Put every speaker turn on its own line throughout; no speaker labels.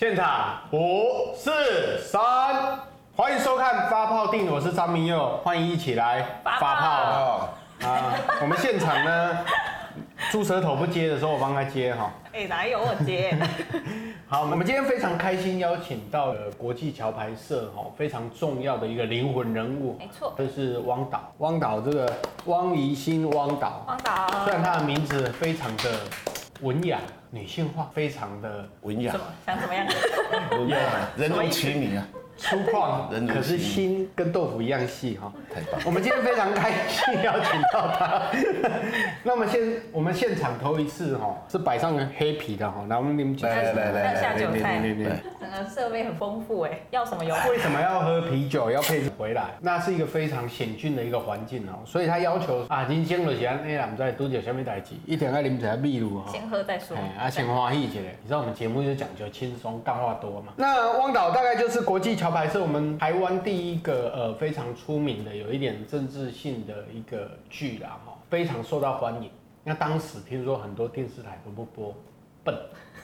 现场5、4、3，欢迎收看发炮定，我是张明佑，欢迎一起来发炮啊！我们现场呢，猪舌头不接的时候，我帮他接哈。
哪有我接？
好，我们今天非常开心邀请到国际桥牌社非常重要的一个灵魂人物，
没错，
这是汪导。汪导这个汪怡欣汪导，虽然他的名字非常的文雅、女性化，非常的
文雅，
想怎么样？
文雅，人如其名啊。
粗犷，可是心跟豆腐一样细哈。
太棒！
我们今天非常开心邀请到他。那我们现场头一次是摆上黑皮的哈，来我们你们
来
下酒菜，整个设备很丰富要什么有。
为什么要喝啤酒？要配回来？那是一个非常险峻的一个环境哦，所以他要求啊，人生就是安尼啦，不知拄着什么代志，一定要啉一下秘鲁
先喝再说。
先欢喜一下。你知道我们节目就讲究轻松，干话多嘛。那汪导大概就是国际桥牌社我们台湾第一个非常出名的有一点政治性的一个剧啦哈，非常受到欢迎。那当时听说很多电视台都不播，笨。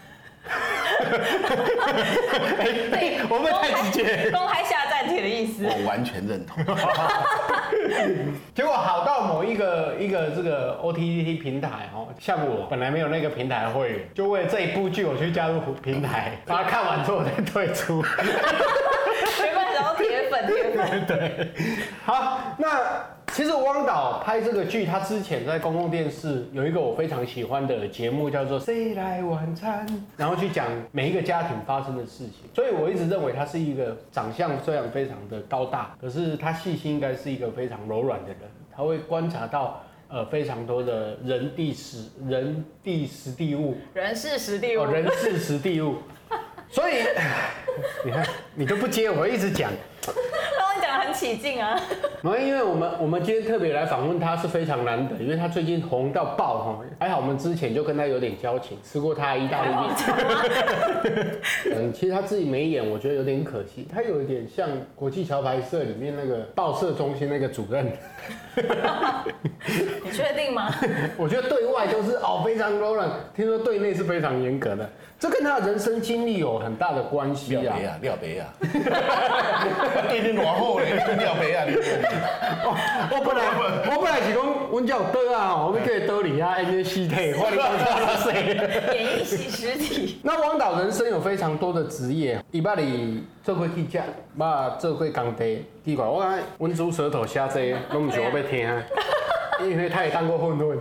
我们太直接，
公开下暂帖的意思。
我完全认同。
结果好到某一个这个 OTT 平台像我本来没有那个平台的会员，就为了这一部剧我去加入平台，把它看完之后我再退出。
没办法，铁粉。
对，好，那其实汪导拍这个剧，他之前在公共电视有一个我非常喜欢的节目，叫做《谁来晚餐》，然后去讲每一个家庭发生的事情。所以我一直认为他是一个长相虽然非常的高大，可是他细心应该是一个非常柔软的人，他会观察到非常多的人地时地物，
人事时地物，
人事时地物。所以你看，你都不接，我一直讲。
让我讲得很起劲啊！
因为我们今天特别来访问他是非常难得，因为他最近红到爆哈，还好我们之前就跟他有点交情，吃过他的意大利面。其实他自己没演，我觉得有点可惜。他有一点像国际桥牌社里面那个报社中心那个主任。
你确定吗？
我觉得对外都是非常柔软，听说对内是非常严格的，这跟他的人生经历有很大的关系啊。
廖北啊，对你偌好嘞，廖北啊，
我本来是讲，阮家有刀啊，我们叫刀里啊，那尸体，我你讲谁？
演绎洗尸体。
那汪导人生有非常多的职业，伊捌哩做过记者，捌做过工地，奇怪，我讲阮煮舌头写这个，拢唔是我要听啊。因为他也当过混混，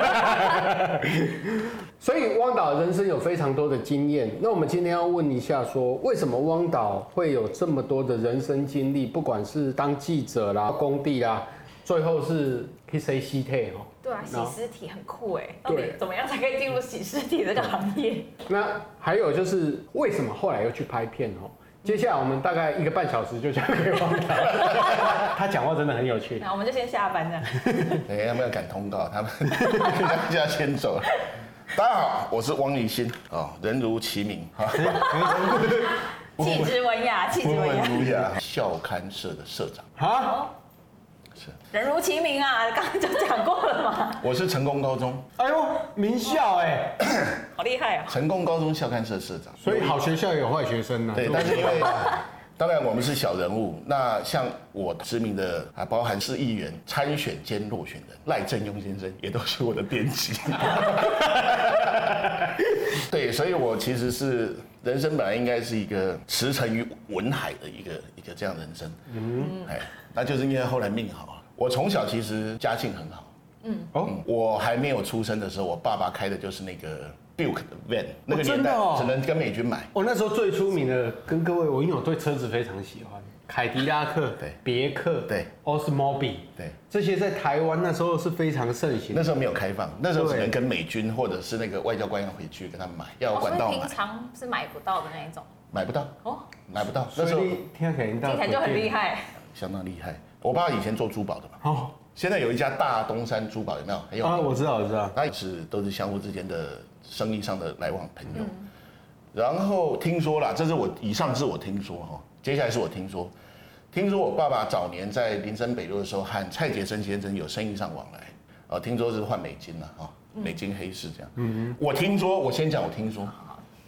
所以汪导人生有非常多的经验。那我们今天要问一下说为什么汪导会有这么多的人生经历？不管是当记者啦、工地啦，最后是去洗尸体
对啊，洗尸体很酷到底怎么样才可以进入洗尸体这个行业？
那还有就是为什么后来又去拍片接下来我们大概1个半小时就交给汪导，他讲话真的很有趣。
那我们就先下班这样。
他们要赶通告，他们就要先走了。大家好，我是汪怡欣人如其名
气质文雅，
文雅，校刊社的社长。
是人如其名啊，刚刚就讲过了嘛。我
是成功高中，
哎呦，名校
好厉害啊！
成功高中校刊社社长，
所以好学校也有坏学生呢。
对，但是因为当然我们是小人物，那像我知名的包含市议员参选兼落选人赖正庸先生，也都是我的编辑。对，所以我其实是人生本来应该是一个驰骋于文海的一个这样的人生。那就是因为后来命好。我从小其实家境很好。我还没有出生的时候，我爸爸开的就是那个 Buick 的 van， 那个年代只能跟美军买。
那时候最出名的，跟各位，因为我对车子非常喜欢，凯迪拉克、别克、Oldsmobile， 这些在台湾那时候是非常盛行。
那时候没有开放，那时候只能跟美军或者是那个外交官要回去跟他们买，要有管道买。
平常是买不到的那一种。
买不到买不到。
那时候听起来
就很厉害，
相当厉害。我爸以前做珠宝的嘛。现在有一家大东山珠宝，有没有？很有
我知道。
他都是相互之间的生意上的来往朋友。然后听说啦，以上是我听说接下来是我听说我爸爸早年在林森北路的时候和蔡杰生先生有生意上往来，听说是换美金了美金黑市这样。我先讲我听说，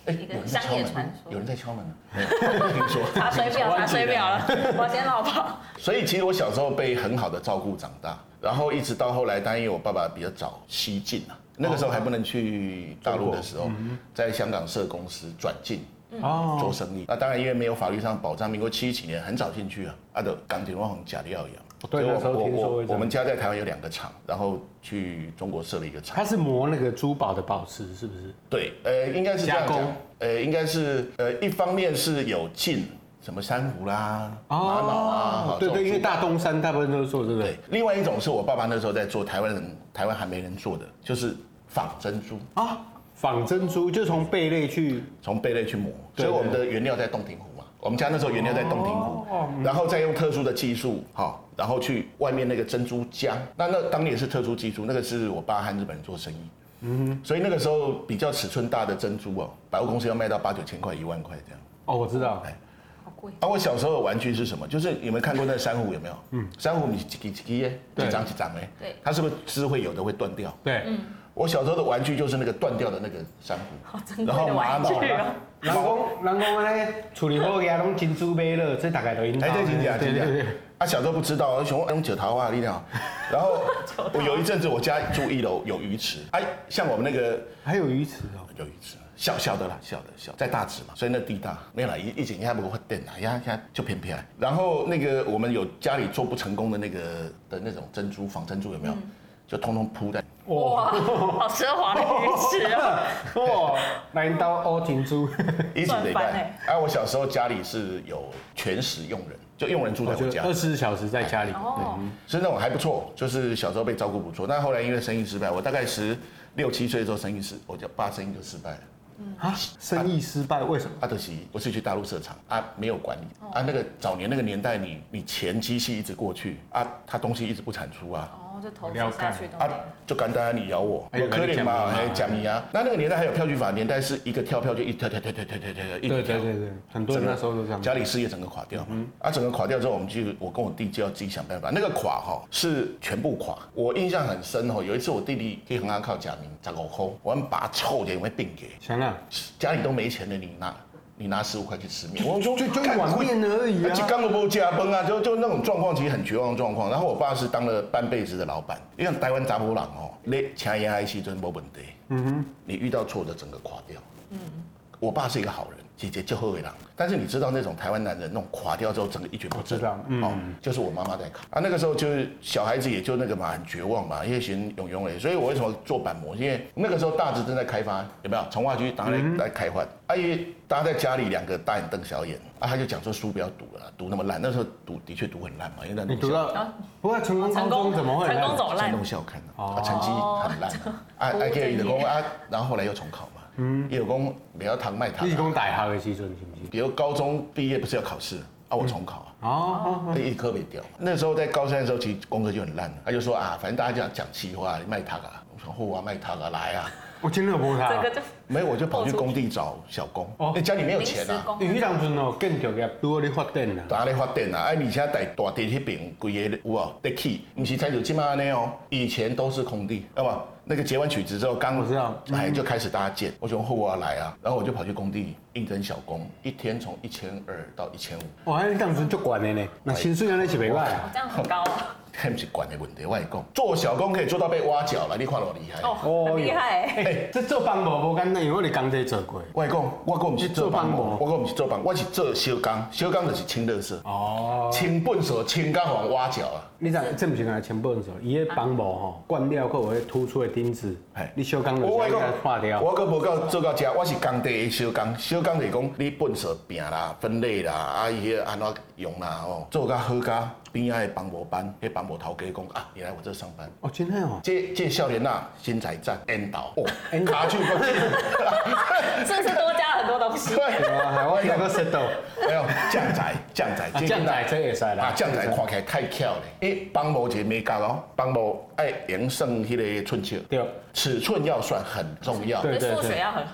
一个乡野传说。
有人在敲门，听说
查水表了，我先绕跑。
所以其实我小时候被很好的照顾长大，然后一直到后来，当然因为我爸爸比较早西进啊，那个时候还不能去大陆的时候，在香港设公司转进。做生意，那当然因为没有法律上保障，民国70几年很早进去啊，就钢铁旺假料一样。
对，那时候听说
我们家在台湾有2个厂，然后去中国设了1个厂。
它是磨那个珠宝的宝石，是不是？
对，应该是这样讲。应该是一方面是有进什么珊瑚啦、玛瑙啊，
对，因为大东山大部分都是做这个。
对，另外一种是我爸爸那时候在做台湾还没人做的，就是仿珍珠
啊。仿珍珠就从贝类去
磨，所以我们的原料在洞庭湖嘛。我们家那时候原料在洞庭湖，然后再用特殊的技术，然后去外面那个珍珠浆，那当年是特殊技术，那个是我爸和日本人做生意，所以那个时候比较尺寸大的珍珠哦，百货公司要卖到8、9千块、1万块这样。
哦，我知道，
好贵。
我小时候的玩具是什么？就是你们看过那珊瑚有没有？珊瑚你一支耶，一张哎，
对，
它是不是枝会有的会断掉？
对，
我小时候的玩具就是那个断掉的那个珊瑚，
然后玩具
人讲安尼处理好个拢珍珠贝了，这大概都应该。
对，真的。啊，小时候不知道，想用九桃花的力量。然后我有一阵子我家住1楼有鱼池，像我们那个
还有鱼池哦，
有鱼池，小的啦，小在大池嘛，所以那地大没有啦，以前还不会电啦，现在就偏偏。然后那个我们有家里做不成功的那种珍珠仿珍珠有没有？就通通铺在。
哇，好奢华的鱼池
哦！哇，来刀凹珍珠，
一直得干。我小时候家里是有全时用人，就佣人住在我家
，24小时在家里。
所以那种还不错，就是小时候被照顾不错。但后来因为生意失败，我大概16、17岁的时候我爸生意就失败了。
生意失败为什么？
就是我是去大陆设厂没有管理那个早年那个年代你钱机器一直过去它东西一直不产出
就投资下去
就简单你咬我，有可怜嘛，还讲你啊。那个年代还有票据法年代，是一个跳票就一跳，
对，很多人那时候都这样。
家里事业整个垮掉整个垮掉之后，我跟我弟就要自己想办法。那个垮是全部垮。我印象很深有一次我弟弟去恒安靠假名15块，我们把他臭点会病给。
想啊，
家里都没钱了，你拿15块去吃面，我说
就一碗面而已啊，
一缸都不加崩啊，就那种状况，其实很绝望的状况。然后我爸是当了半辈子的老板，因为台湾查甫人你请人的时阵没问题，你遇到挫折整个垮掉。我爸是一个好人，姐姐就后悔了。但是你知道那种台湾男人那种垮掉之后，整个一蹶不振，就是我妈妈在扛那个时候就是小孩子也就那个嘛，很绝望嘛，因为嫌永所以我为什么做板模？因为那个时候大直正在开发，有没有？从化区打来开发，因为大家在家里2个大眼瞪小眼他就讲说书不要读了，读那么烂。那时候的确读很烂嘛，因为那
你读到不过成功高中怎么会
成功走烂？
成功校刊成绩很烂给的功然后后来又重考嘛。也有讲不要糖卖糖。
你是讲大学的时阵是不是？
比如高中毕业不是要考试我重考一科没掉。那时候在高3的时候，其实功课就很烂。他就说反正大家讲气话，你卖糖我说好卖糖来
我真的无他。
没有，我就跑去工地找小工。因为家里没有钱
因为当阵建筑业拄好咧发展
大家咧发展而且大地迄边规个有在起，不是才就这么安尼以前都是空地，要么那个结完曲子之后，
我知道，
就开始大家建。我想后我要来然后我就跑去工地应征小工，一天从1200到1500。
你当时就管的呢，那薪水安尼是袂歹。
这样很高
那不是管的问题，我跟你讲，做小工可以做到被挖角了，你看多厉害
很厉害
这做帮无简单，因为我哋工地做过。
我跟你讲，我不是做帮模，我是做小工，小工就是清垃圾清粪扫，清到互挖角
你知这不是讲清粪扫，伊个帮模灌料还有迄突出的钉子，你小工就先化掉。
我无到做到这，我是工地的小工，小工就是讲你粪扫平啦、分类啦，伊安怎用啦做到好甲边仔的帮模班，迄帮模头家讲你来我这上班
真的
这少年新财站烟斗卡去过去，
是不是多加了很多东西？
对
我有个舌头，
没有酱仔
这也使啦，
酱仔看起来太巧了，帮模一个美感帮模爱量算迄个寸尺，
对，
尺寸要算很重要，
对，数学要很好，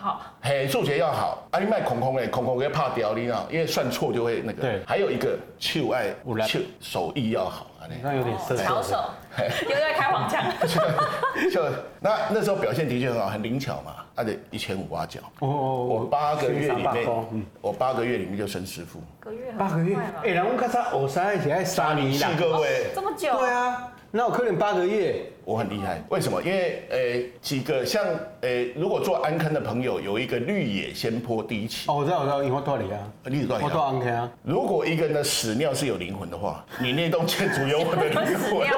嘿，数学要好，啊，你卖空空给怕掉你啊，因为算错就会那个。
对，
还有一个手艺要好，
那有点
巧手，又在开黄腔。
就那时候表现的确很好，很灵巧嘛，1500挖角。我8个月里面就升师傅。
8个月，哎，人我较早学师是爱3年啦。
4个月。
这么久？
对啊，那有可能8个月。
我很厉害，为什么？因为几个像如果做安坑的朋友，有一个绿野仙坡第一期。
哦，我知道，因为我住你啊。
你住
我住安坑啊。
如果一个人的屎尿是有灵魂的话，你那栋建筑有我的灵魂。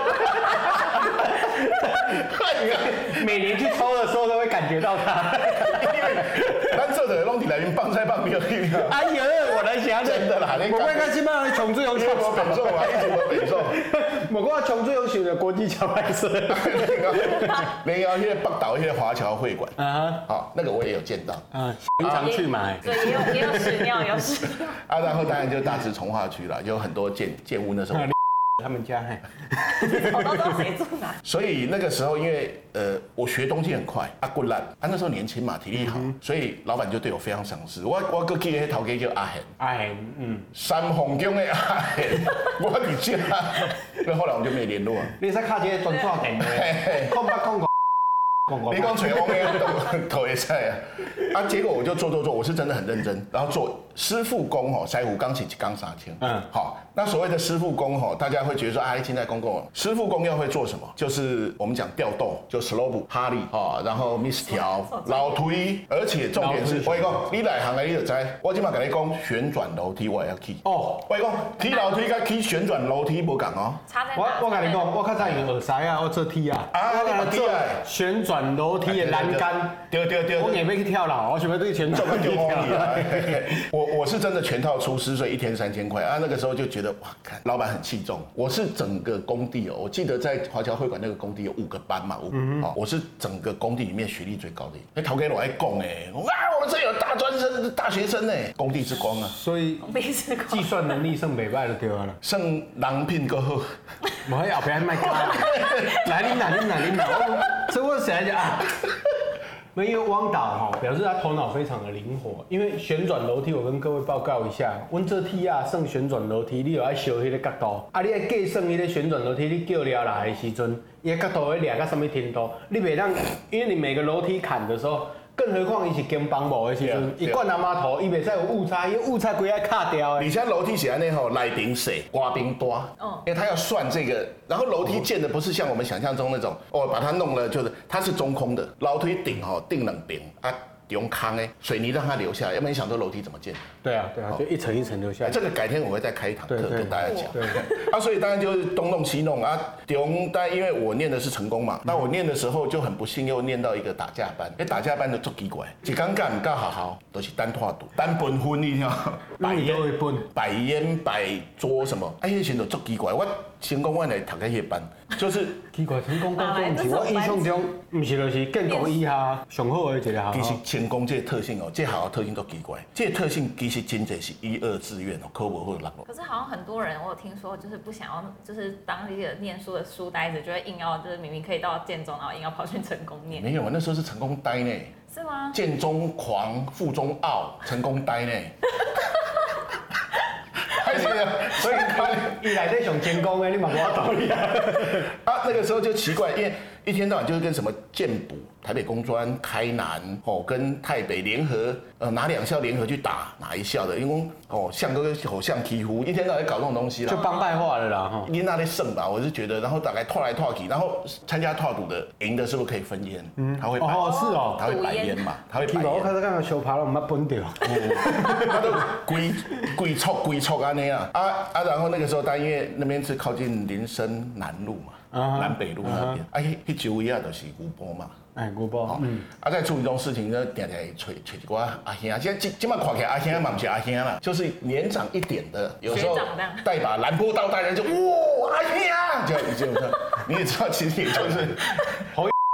每年去抽的时候都会感觉到它。
咱做的拢伫内面放菜放尿去。
哎呦，我来想
真的啦，
我刚开始嘛，冲水用
因为我本重嘛，一直我本重。
我冲水用想着国际桥牌社。
连那个北岛那个华侨会馆啊，好，那个我也有见到。
经常去买。
对，也有屎尿，有屎尿。
啊，然后当然就大直从化区了，有很多建物那时候。
他们家
我都知道谁住哪。
所以那个时候，因为我学东西很快，骨力，那时候年轻嘛，体力好，所以老板就对我非常赏识。我个记得头家叫阿贤，三凤宫的阿贤，我伫家，那后来我们就没联络。
你在卡这个专线电话，空八空。
你讲吹风的头也菜啊！结果我就做，我是真的很认真，然后做师傅工哦，西湖钢琴一钢3000。好，那所谓的师傅工哦，大家会觉得说啊，现在公共师傅工要会做什么？就是我们讲吊豆，就 slope、哈利啊，然后 miss 条、老推，而且重点是，我跟你讲，你来行的你就知，我今嘛跟你讲旋转楼梯我也要去。哦，我跟你讲，踢楼梯跟踢旋转楼梯不同哦。
差在哪？
我跟你讲，我较早用耳塞啊，我做踢啊，
我做
旋转楼梯的栏杆，
对，
我也要去跳楼，我想要对旋转楼梯跳。
我是真的全套出师，所以1天3000块啊。那个时候就觉得哇，看老板很器重。我是整个工地哦，我记得在华侨会馆那个工地有5个班嘛，我是整个工地里面学历最高的。那头家我还讲哇，我们这有大学生工地之光啊。
所以计算能力算袂歹就对了。
算人品够好。
无迄后边卖卡，来恁哪，所以我想一下啊。因为汪导表示他头脑非常的灵活，因为旋转楼梯，我跟各位报告一下，阮这梯啊，算旋转楼梯，你有爱修迄个角度，啊，你爱计算迄个旋转楼梯，你叫了来的时阵，伊个角度会抓到什么程度，你袂当，因为你每个楼梯坎的时候。更何况伊是跟帮无的时阵，伊灌阿妈头，伊袂使有误差，伊误差规爱卡掉的。
你现在楼梯是安尼吼，内顶水，外边大，因为他要算这个，然后楼梯建的不是像我们想象中那种，把它弄了就是它是中空的，楼梯顶顶2边啊。用康水泥让它留下来，要不然你想说楼梯怎么建？
对啊，就一层一层留下来。
这个改天我会再开一堂课跟大家讲。
对，
所以当然就是东弄西弄啊。但因为我念的是成功嘛，那我念的时候就很不幸又念到一个打架班，打架班就足奇怪，一刚干唔教好好，都是单拖赌、单分婚，你听？摆烟摆桌什么？迄时阵就足奇怪，我成功我来读个迄班，就是
奇怪成功高中不是我印象中，不是就是建国以下上好的一个学校。
其实成功这个特性这学校特性都奇怪，这个特性其实真侪是1、2志愿考不好的人。
可是好像很多人我有听说，就是不想要，就是当一个念书的书呆子，就会硬要，就是明明可以到建中，然后硬要跑去成功念。
没有，我那时候是成功呆呢。
是吗？
建中狂，附中傲，成功呆呢。
所以你来在上建工的，你嘛无道理啊！
那个时候就奇怪，因为一天到晚就是跟什么建补、台北工专、开南跟台北联合，哪2校联合去打哪一校的，因为像个偶像欺负，一天到晚搞这种东西啦，
就帮派化了啦
你那里胜吧，我是觉得，然后大概拖来拖去，然后参加拓赌的赢的是不是可以分烟？他会
是哦，
他会摆烟嘛，他会摆烟。
我开始刚刚小爬了，我们分掉。
他都龟戳安尼啊，然后那个时候，因为那边是靠近林森南路嘛，南北路那边，迄周围啊就是牛埔嘛，
牛埔，
在处理这种事情呢，常常找一个阿兄，现在今看起来阿兄嘛不是阿兄啦，就是年长一点的，有时候带把兰波刀，大家就哇阿兄，这样你也知道，其实也就是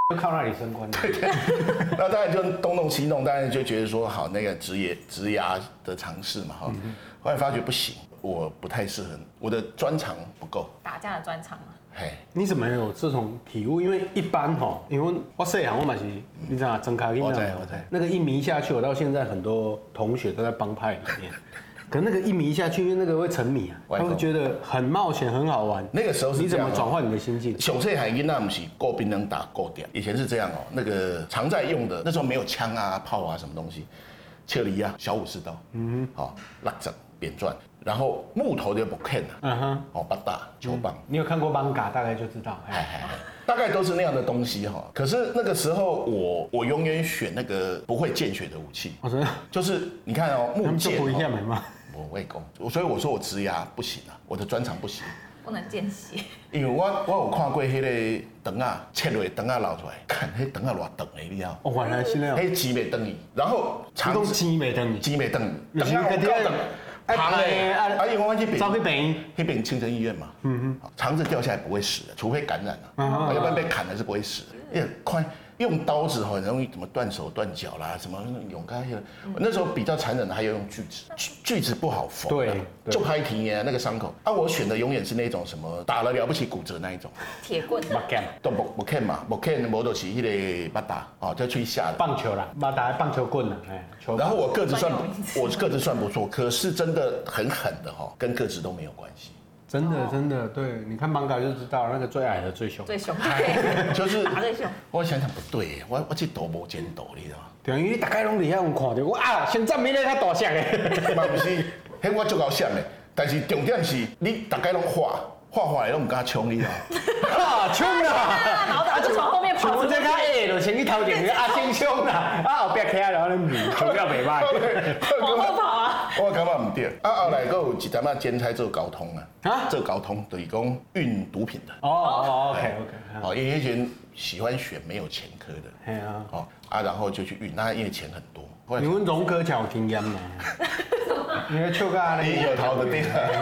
就靠那里升官。
对对，那当然就东弄西弄，当然就觉得说好那个职涯的尝试嘛哈。后来发觉不行，我不太适合，我的专长不够。
打架的专长嘛。
嘿，
你怎么有这种体悟？因为一般哈，因为我细汉我嘛是，你知道，睁开我
在
那个一迷下去，我到现在很多同学都在帮派里面。可那个一迷下去，因为那个会沉迷啊，他会觉得很冒险、很好玩。
那个时候是
你怎么转换你的心境？
熊菜海囡那不是够兵能打够点，以前是这样哦。那个常在用的，那时候没有枪啊、炮啊什么东西，切梨啊、小武士刀，好，蜡整、扁钻，然后木头的木片啊，哦，八大球棒。
你有看过邦嘎，大概就知道。
大概都是那样的东西哈。可是那个时候我永远选那个不会见血的武器。
我真的
就是你看哦，木剑。
不一样嘛。
我会攻，所以我说我职涯不行啊，我的专长不行，
不能见血。
因为我有看过迄个肠啊，切落肠啊捞出来，看迄肠啊偌长的，你知道？
哦，原来是那样。
迄钱袂等于，然后
肠子钱袂等于，
钱袂等于，
肠啊有够长。
糖嘞，因为我去
走去病，
去病清城医院嘛，肠子掉下来不会死的，除非感染了，要不然被砍了是不会死的。因为快用刀子很容易怎么断手断脚啦，什么永刚那些。那时候比较残忍的还要用锯子，锯子不好缝，
对，
就拍体耶那个伤口。啊，我选的永远是那种什么打了了不起骨折那一种，
铁棍，
都不看嘛，不看无就是迄个八打哦，就去下的
棒球啦，八打棒球棍啦，
然后我个子算不错，可是真的很狠的哈，跟个子都没有关系。
真的，对，你看邦嘎就知道，那个最矮的最凶。
最凶，
就是
打最凶。
我想想不对，我这斗无剪斗，你知道吗？
对，因为大家拢伫遐有看到，我啊，先证明咧较大声的。
嘛不是，迄我足够闪的，但是重点是你大家拢画来拢唔敢冲你啊！
冲啦！
然后他就从后面跑出去。
这较矮就先去头前啊，先冲啦！后壁起来然后咧迷，冲了袂歹。
往后跑啊！
我感觉唔对，后来佫有一阵仔兼差做交通啊，做交通就是讲运毒品的。
OK，
好，因为迄群喜欢选没有前科的，
嘿啊，
好然后就去运，那因为钱很多。
你们荣哥有经验嘛？你的手甲
你有头的对。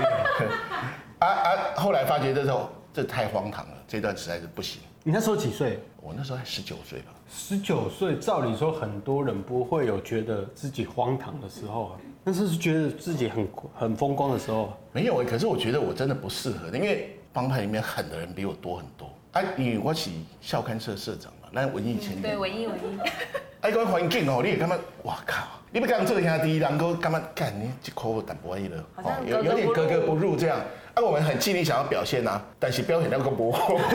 后来发觉这太荒唐了，这段实在是不行。
你那时候几岁？
我那时候才19岁吧。
19岁，照理说很多人不会有觉得自己荒唐的时候啊，但是觉得自己很风光的时候。
没有可是我觉得我真的不适合，因为帮派里面狠的人比我多很多。因为我是校刊社社长嘛，那文艺青年。
对，文艺。
个环境你也感觉哇靠！你要讲做兄弟，人哥感觉干你一口淡薄伊了，有点格格不入这样。我们很尽力想要表现啊，但是表现那个不好。
我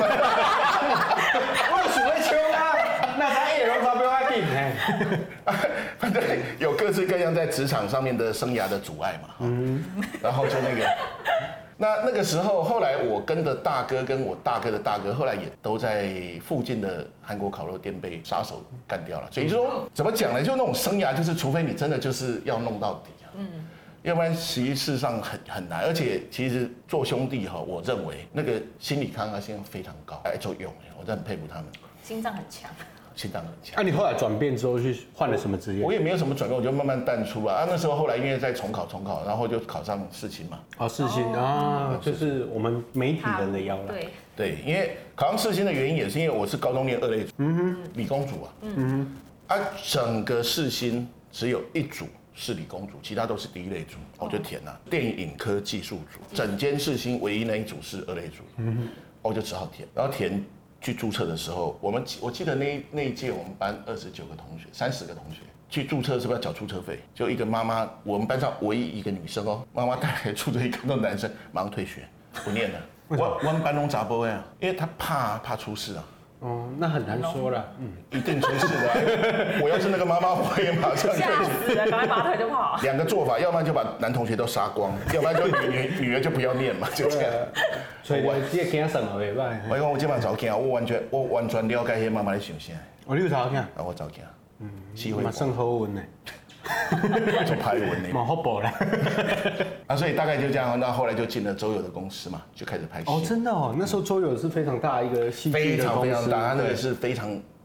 是会冲啊，那他也容易不要紧
反正有各式各样在职场上面的生涯的阻碍嘛。然后就那个时候，后来我跟的大哥跟我大哥的大哥，后来也都在附近的韩国烤肉店被杀手干掉了。所以说怎么讲呢？就那种生涯，就是除非你真的就是要弄到底啊。要不然实际事实上很难，而且其实做兄弟我认为那个心理抗压性非常高，做勇，我真的很佩服他们，
心脏很强。
心脏很强。
那你后来转变之后去换了什么职业？
我也没有什么转变，我就慢慢淡出了。那时候后来因为在重考，然后就考上世新嘛。
世新就是我们媒体人的腰了。
对，因为考上世新的原因也是因为我是高中念2类组，理工组整个世新只有一组是理工组，其他都是第1类组，我就填了电影科技术组。整间世新唯一那一组是2类组，我就只好填，然后填。去注册的时候，我记得那一届我们班29个同学，30个同学去注册是不是要缴注册费？就一个妈妈，我们班上唯一一个女生妈妈带来注册一个男生，马上退学，不念了。我们班中查甫呀，因为他怕出事啊。
那很难说了，
一定出事的。我要是那个妈妈，我也马上退学。
吓死了，赶快拔腿就跑。
2个做法，要不然就把男同学都杀光，要不然就女儿就不要念嘛，就这样。
所以你这惊什么袂歹？
我讲我这摆早惊，我完全了解迄妈妈在想啥。
你有早惊？
我早惊。
嘛算好运呢。
做拍文呢，
蛮好补的。
所以大概就这样，那后来就进了周友的公司嘛，就开始拍戏。
真的那时候周友是非常大一个戏剧的公司，
非常大，他那个是非常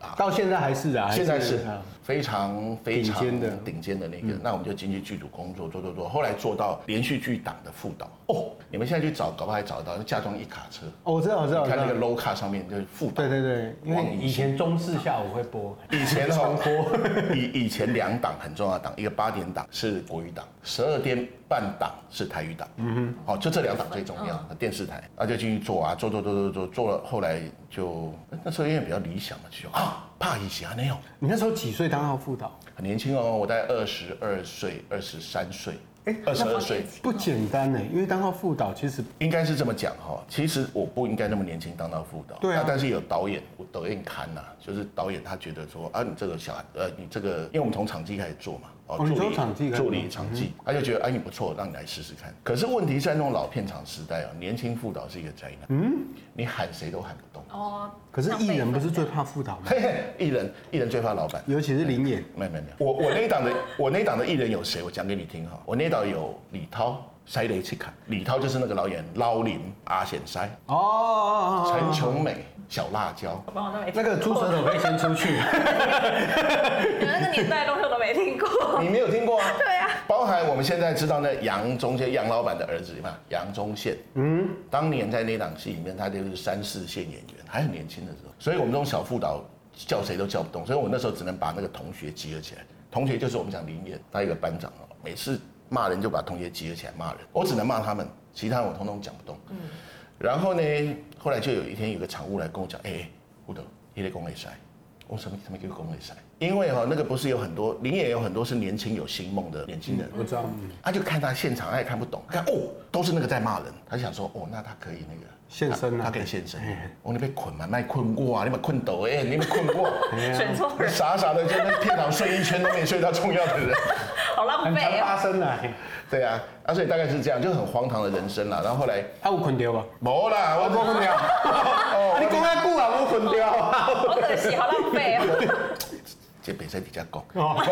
到现在还是啊，
现在是非常顶尖的那个，那我们就进去剧组工作，做，后来做到连续剧档的副导。哦，你们现在去找，搞不好还找得到，嫁妆一卡车。
哦，我知道。
你看那个 low 卡上面就是副导。
对，因为以前中视下午会播，
以前
重播。
以前2档很重要的档，一个8点档是国语档，12点半档是台语档。好，就这2档最重要的电视台，那就进去做啊，做了，后来就那时候因为比较理想嘛，就怕一下那样。
你那时候几岁当到副导？
很年轻哦，我大概22岁、23岁。22岁
不简单呢，因为当到副导其实
应该是这么讲哈。其实我不应该那么年轻当到副导。
对啊。
但是有导演看呐，就是导演他觉得说你这个你这个，因为我们从场记开始做嘛。助理场记，他就觉得你不错，让你来试试看。可是问题在那种老片场时代年轻副导是一个灾难。你喊谁都喊不动。
哦。
可是艺人不是最怕副导吗？
艺人最怕老板，
尤其是临演。
没有。我那一档的艺人有谁？我讲给你听哈。我那档有李涛。塞雷去看，李涛就是那个老演捞林、阿显塞陈琼美、小辣椒，
那个猪舌头可以先出去。
你们那个年代都没听过，
你没有听过啊？
对啊，
包含我们现在知道那杨宗宪杨老板的儿子嘛，杨宗宪，当年在那档戏里面，他就是3、4线演员，还很年轻的时候，所以我们这种小副导叫谁都叫不动，所以我那时候只能把那个同学集合起来，同学就是我们讲临演，他一个班长每次骂人就把同学集合起来骂人，我只能骂他们，其他人我通通讲不动。然后呢，后来就有一天有个常务来跟我讲，副导，你在讲会使？我什么叫讲会使？因为那个不是有很多临演有很多是年轻有新梦的年轻人，
我知道。
他就看他现场，他也看不懂，看都是那个在骂人，他就想说那他可以那个。
现身啊，
他可以现身。你被捆嘛，卖困过啊，你被困倒你被困过，
选错人，
傻的就在片场睡一圈都没睡到重要的人，
好浪费
很常发生啊。
对啊，所以大概是这样，就很荒唐的人生啦。然后后来
有困掉吗？
没啦，我没困掉。
你讲那句啊，没困掉啊，
好可惜，好浪费哦。
这比赛底下讲，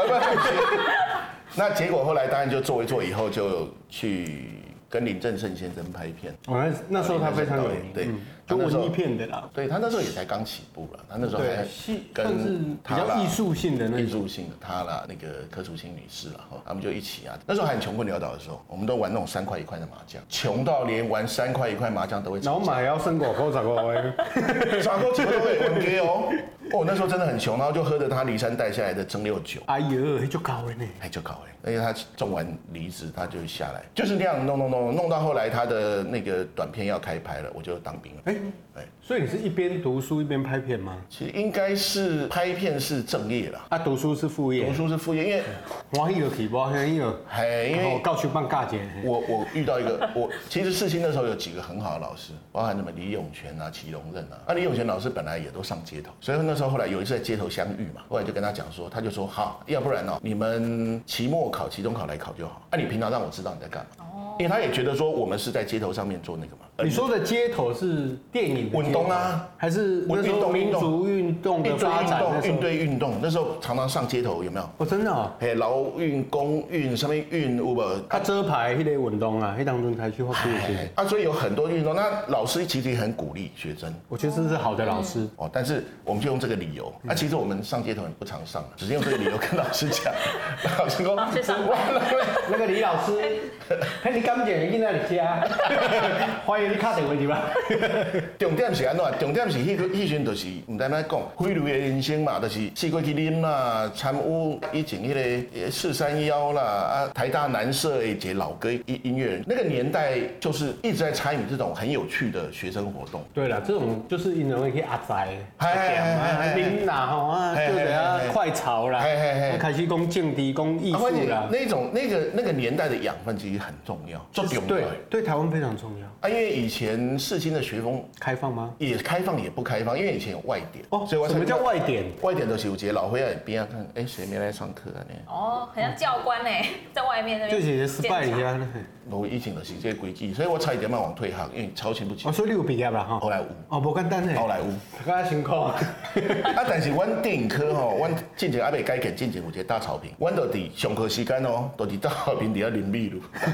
那结果后来当然就做一做以后就去跟林正盛先生拍片。
那时候他非常有名，
对，
就文艺片的啦。
对他那时候也才刚起步了，他那时候还
跟比较艺术性的
他啦，那个柯楚清女士啦，他们就一起啊。那时候还很穷困潦倒的时候，我们都玩那种3块1块的麻将，穷到连玩3块1块麻将都会吵架。
然后买要升5块10块，
啥都几乎都会玩给那时候真的很穷，然后就喝着他骊山带下来的蒸馏酒。
哎呦，就高了呢，
就高了。而且他种完梨子，他就下来，就是那样弄到后来他的那个短片要开拍了，我就当兵了。
所以你是一边读书一边拍片吗？
其实应该是拍片是正业啦，
读书是副业。因
为
我那个题目，因为告去办尬姐。
我遇到一个，其实世新那时候有几个很好的老师，包含什么李永泉啊、祁隆任啊。李永泉老师本来也都上街头，所以那时候后来有一次在街头相遇嘛，后来就跟他讲说，他就说好，要不然你们期末考、期中考来考就好。你平常让我知道你在干嘛。因为他也觉得说我们是在街头上面做那个嘛。
你说的街头是电影的
运动啊，
还是那时候民族运动的发展？
运动，那时候常常上街头有没有？
真的
劳运、公运、什么运有无？
遮牌那类运动啊，那当中才去画图
所以有很多运动。那老师其实也很鼓励学生，
我觉得这是好的老师
但是我们就用这个理由。其实我们上街头很不常上，只是用这个理由跟老师讲。老师说，
那个李老师，你感觉你在家，欢迎你打电话去吧。
重点是安怎？重点是迄阵就是唔知咩讲，飞流的人生嘛，就是四过去啉啦，参与以前迄个431啦，台大南社的一个老歌音乐人，那个年代就是一直在参与这种很有趣的学生活动。
对啦，这种就是因为去阿宅、啉啦就是快炒啦，开始讲政治、讲艺术啦。
那个年代的养分其实很重要，对
台湾非常重要。
因为以前世新的学风
开放吗？
也开放也不开放，因为以前有外点。
所以什么叫外点？
外点就是有节老会在边看，谁没来上课啊？
很像教官在外面那边。
就是spy一下。
我以前就是这个规矩，所以我差一点慢往退行，因为超前不及。
所以你有毕业啦？
后来有。
不简单
后来有。
大家辛苦。
但是阮电影科阮进前还未改建，进前有一个大草坪，阮就伫上课时间就伫大草坪底下淋雨露。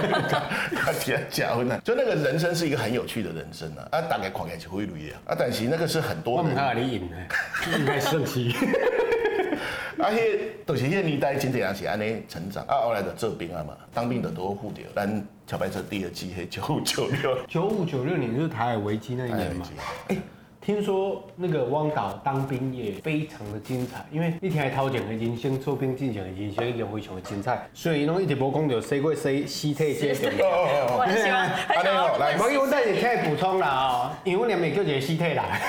他假婚啊，就那个人生是一个很有趣的人生啊，大概看起来是会累啊，但是那个是很多人。
我唔看你赢应该胜气。
迄就是迄年代真侪人是安尼成长后来就做兵啊嘛，当兵的都护着咱小白车第2季迄9596。
9596年就是台海危机那一年嘛。听说那个汪导当兵也非常的精彩，因为你听头前的人生做兵进前的人生已经非常的精彩，所以拢一直无讲到洗过尸体这个。
我很喜欢，很喜欢。
来，我有等下听补充啦哦，因为我连没叫一个尸体来。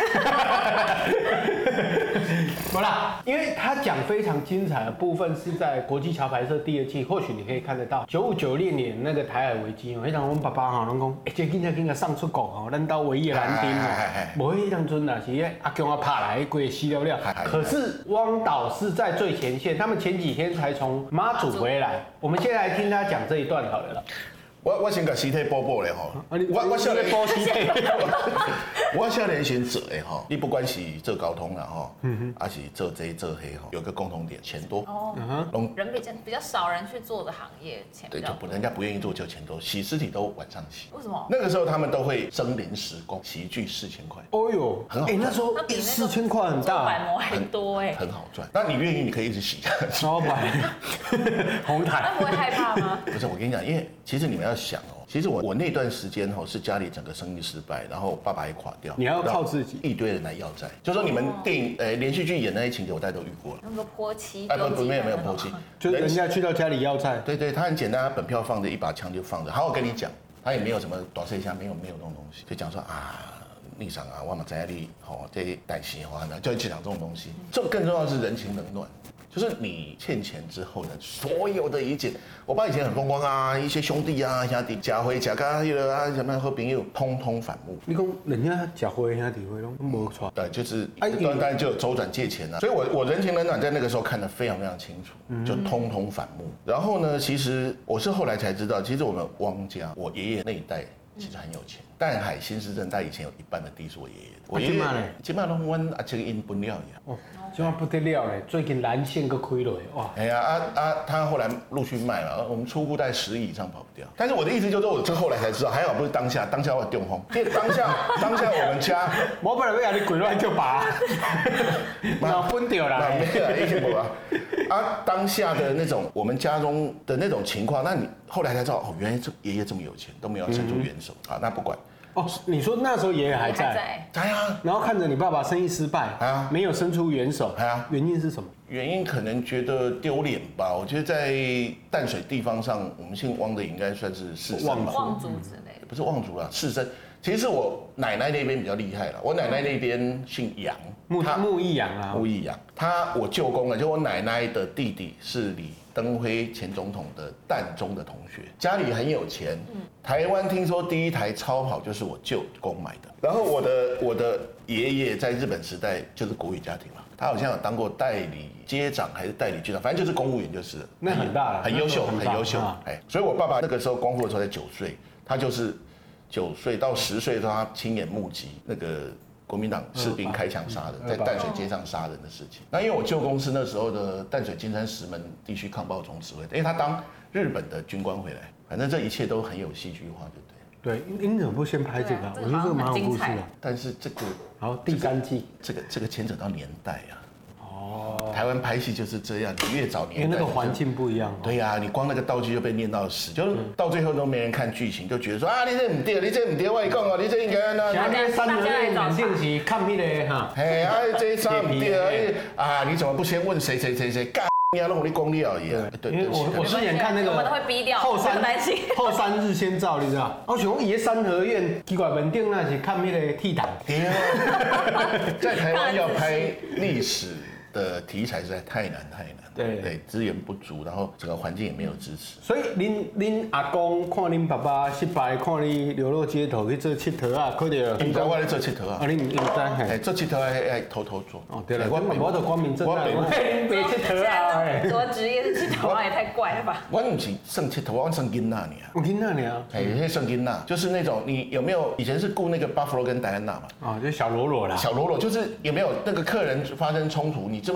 不啦，因为他讲非常精彩的部分是在国际桥牌社第2季，或许你可以看得到9596年那个台海危机哦，迄阵我们爸爸吼拢讲，这紧个上出国吼，咱到唯一的蓝丁吼，无迄阵阵啦是阿公阿拍来，规死了了。可是汪导是在最前线，他们前几天才从马祖回来，我们先来听他讲这一段好了啦。
我先甲尸体补补咧吼，
我少年补尸体，
我少年时做的吼，你不管是做交通啦吼，还是做这做黑吼，有个共同点，钱多。
人比较少人去做的行业，钱比较多。
对，人家不愿意做就钱多，洗尸体都晚上洗。
为什么？
那个时候他们都会生临时工，洗一具4000块。
哦呦，
很好。
那时候4000块很大，
百模还多哎，
很好赚。那你愿意，你可以一直洗下去。
老板，红毯。
那不会害怕吗？
不是，我跟你讲，因为其实你们要想哦，其实我那段时间是家里整个生意失败，然后爸爸也垮掉，
你要靠自己，
一堆人来要债，就说你们电影连续剧演那些情节，我大家都遇过了。
那个泼漆，
没有泼漆，
就是人家去到家里要债。
对，他很简单，他本票放着，一把枪就放着。好，我跟你讲，他也没有什么短碎箱，没有那种东西，就讲说啊。逆商啊，我嘛知影你这代钱就讲这种东西。这更重要的是人情冷暖，就是你欠钱之后呢，所有的一切，我爸以前很风光啊，一些兄弟啊、兄弟假灰、假咖迄个啊，什么好朋友，通通反目。
你讲人家假灰、兄弟灰拢无错。
对，就是当然就有周转借钱啊，所以我人情冷暖在那个时候看得非常非常清楚，就通通反目。然后呢，其实我是后来才知道，其实我们汪家，我爷爷那一代。其实很有钱，淡海新市镇，他以前有一半的地是我爷爷的。我爷爷今嘛拢阮阿叔因分了呀。
哦，今嘛不得了嘞！最近蓝线个开落哇。
哎呀他后来陆续卖了，我们出户在10亿以上跑不掉。但是我的意思就是，我这后来才知道，还好不是当下我中风，因为当下我们家，
我本来要让你鬼乱就拔，那分掉啦。
没有啦，一定无啊。当下的那种我们家中的那种情况，那你后来才知道哦，原来这爷爷这么有钱，都没有伸出援手啊。那不管。
哦，你说那时候爷爷还在，
在啊，
然后看着你爸爸生意失败，没有伸出援手，原因是什么？
原因可能觉得丢脸吧。我觉得在淡水地方上，我们姓汪的应该算是士绅吧，
望族之类的，
不是望族啦，士绅。其实我奶奶那边比较厉害了，我奶奶那边姓杨，
木易杨啊，
木易杨。我舅公呢，就我奶奶的弟弟是李登辉前总统的淡中的同学，家里很有钱。台湾听说第一台超跑就是我舅公买的。然后我的爷爷在日本时代就是国语家庭嘛，他好像有当过代理街长还是代理局长，反正就是公务员就是了。
那很大了，
很优秀，很优秀。所以我爸爸那个时候光复的时候才9岁，他就是9岁到10岁的时候，他亲眼目击那个国民党士兵开枪杀人，在淡水街上杀人的事情。那因为我舅公是那时候的淡水金山石门地区抗暴总指挥，因为他当日本的军官回来，反正这一切都很有戏剧化，对不对？
对，你怎么不先拍这个？我觉得这个蛮有故事的。
但是这个，
好，第3季，
这个牵扯到年代啊。台湾拍戏就是这样，你越早年代，
因为那个环境不一样。
对呀，你光那个道具就被念到死，就是到最后都没人看剧情，就觉得说啊，你这唔对，你这唔对，我讲哦，你这应该那。
现在三合院肯定是看那个哈。
哎这啥唔对啊？你怎么不先问谁干？你要弄你功力而已啊！
对，因为我之前看那个，
我们都会逼掉，
后山日先照，你知道？我想伊三合院奇怪门顶那是看那个替档。
对啊，在台湾要拍历史的题材实在太难。对，资源不足，然后整个环境也没有支持。
所以恁阿公看恁爸爸失败，看你流落街头去做佚佗啊，可能。
应该我咧做佚佗啊。
你唔知嘿？
做佚佗还偷做。
哦，对了，我就光明正大，我别佚佗啊。
我职业是佚佗，也太怪了吧？
我唔是算佚佗，我算囡仔尔。
我囡仔尔。
那算囡仔，就是那种你有没有以前是雇那个巴弗罗跟戴安娜嘛？
啊，就小罗罗啦。
小罗罗就是有没有那个客人发生冲突，你就会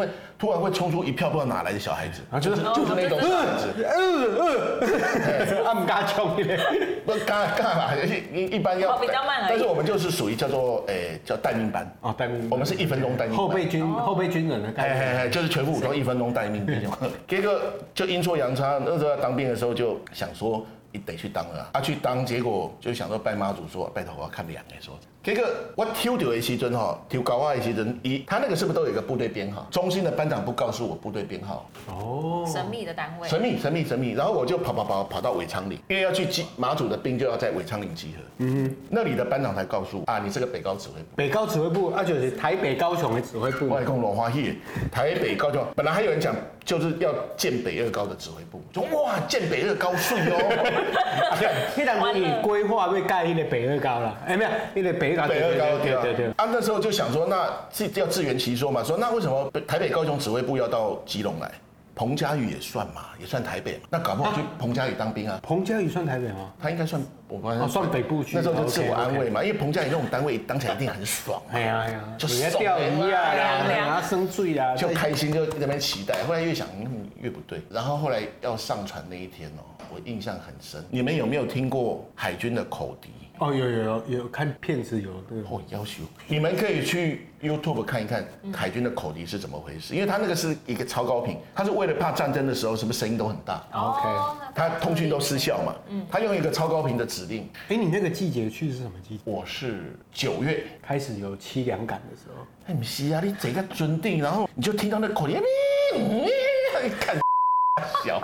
突然会冲出一票不知道哪来的小孩子，
啊，就是
那种小孩子，
他们嘎冲的，
不干嘛？一般要
比较慢而已。
但是我们就是属于叫做叫待命班
哦，待命，
我们是1分钟待命班，
后备军人的概念，
就是全副武装1分钟待命兵。结果就阴错阳差，那时候要当兵的时候就想说。你得去当了啊！去当，结果就想说拜妈祖说，拜托我要看两个说。结果我抽到的时阵哈，抽高啊的时阵，他那个是不是都有一个部队编号？中心的班长不告诉我部队编号。
哦，神秘的单位。
神秘。然后我就跑到尾昌岭，因为要去马祖的兵就要在尾昌岭集合。那里的班长才告诉啊，你是个北高指挥部。
北高指挥部啊，就是台北高雄的指挥部。
我还讲罗花戏，台北高雄，本来还有人讲就是要建北二高的指挥部，说哇建北二高税哦。
那当你规划要盖那个北二高了，没有那个北二高，对。
啊，那时候就想说，那要自圆其说嘛，说那为什么台北高雄指挥部要到基隆来？彭佳屿也算嘛，也算台北嘛，那搞不好去彭佳屿当兵啊？
彭佳屿算台北吗？
他应该算，我发现
算北部区。
那时候就自我安慰嘛，因为彭佳屿那种单位当起来一定很爽。
哎呀，
就
钓鱼啊，然后生醉啊，
就开心，就在那边期待。后来越想越不对，然后后来要上船那一天哦，我印象很深。你们有没有听过海军的口笛？
哦，有看片子有对。
哦，要求你们可以去 YouTube 看一看海军的口笛是怎么回事，因为它那个是一个超高频，它是为了怕战争的时候是不是声音都很大
？OK，
它通讯都失效嘛。它用一个超高频的指令。
你那个季节去是什么季节？
我是9月
开始有凄凉感的时候。
哎，不是啊，你这个准定，然后你就听到那口笛，看小，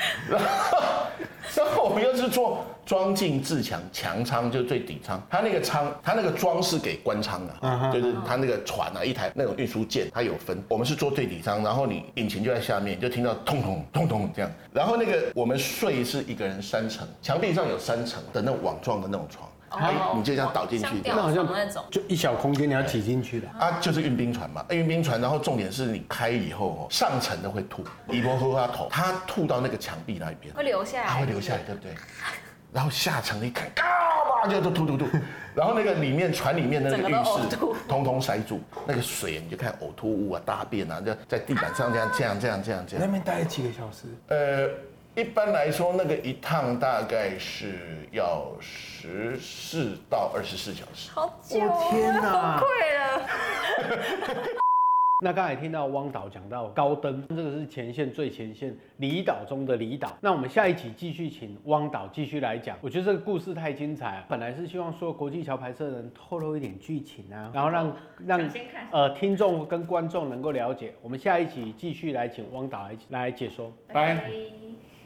然后我们又是做装进自强强舱，就是最底舱。它那个舱，它那个装是给官舱的，就是它那个船啊，一台那种运输舰，它有分。我们是做最底舱，然后你引擎就在下面，你就听到通通通通这样。然后那个我们睡是一个人3层，墙壁上有3层的那种网状的那种床。你就这样倒进去，
那好像那种，
就一小空间你要挤进去的
啊，就是运兵船嘛，运兵船，然后重点是你开以后哦，上层的会吐，一波喝他头，他吐到那个墙壁那一边，
会流下来，
它会流下来，对不对？然后下层一看，嘎嘛就都吐，然后那个里面船里面的那个浴室通通塞住，那个水你就看呕吐物啊、大便啊，就在地板上这样。
那边待了几个小时？
一般来说，那个一趟大概是要14到24小时。
好久，
我天哪，
崩溃了。
那刚才听到汪导讲到高登，这个是前线最前线离岛中的离岛。那我们下一集继续请汪导继续来讲。我觉得这个故事太精彩了，本来是希望说国际桥牌社能透露一点剧情啊，然后让听众跟观众能够了解。我们下一集继续来请汪导来解说。拜。